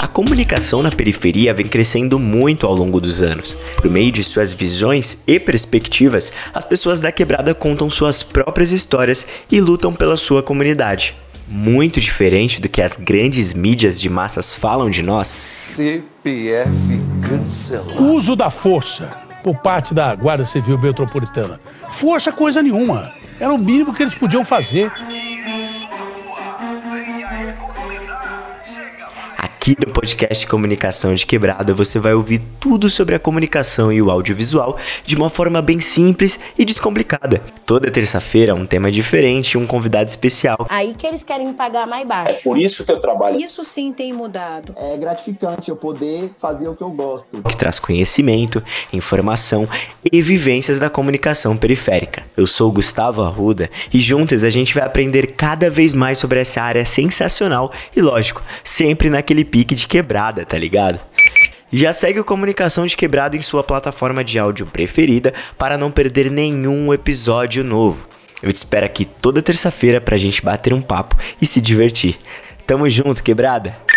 comunicação na periferia vem crescendo muito ao longo dos anos. Por meio de suas visões e perspectivas, as pessoas da quebrada contam suas próprias histórias e lutam pela sua comunidade. Muito diferente do que as grandes mídias de massas falam de nós. CPF cancelado. O uso da força por parte da Guarda Civil Metropolitana. Força coisa nenhuma. Era o mínimo que eles podiam fazer. Aqui no podcast Comunicação de Quebrada você vai ouvir tudo sobre a comunicação e o audiovisual de uma forma bem simples e descomplicada. Toda terça-feira um tema diferente e um convidado especial. Aí que eles querem me pagar mais baixo. É por isso que eu trabalho. Isso sim tem mudado. É gratificante eu poder fazer o que eu gosto. Que traz conhecimento, informação e vivências da comunicação periférica. Eu sou o Gustavo Arruda e juntos a gente vai aprender cada vez mais sobre essa área sensacional e, lógico, sempre naquele pique de quebrada, tá ligado? Já segue o Comunicação de Quebrada em sua plataforma de áudio preferida para não perder nenhum episódio novo. Eu te espero aqui toda terça-feira pra gente bater um papo e se divertir. Tamo junto, quebrada!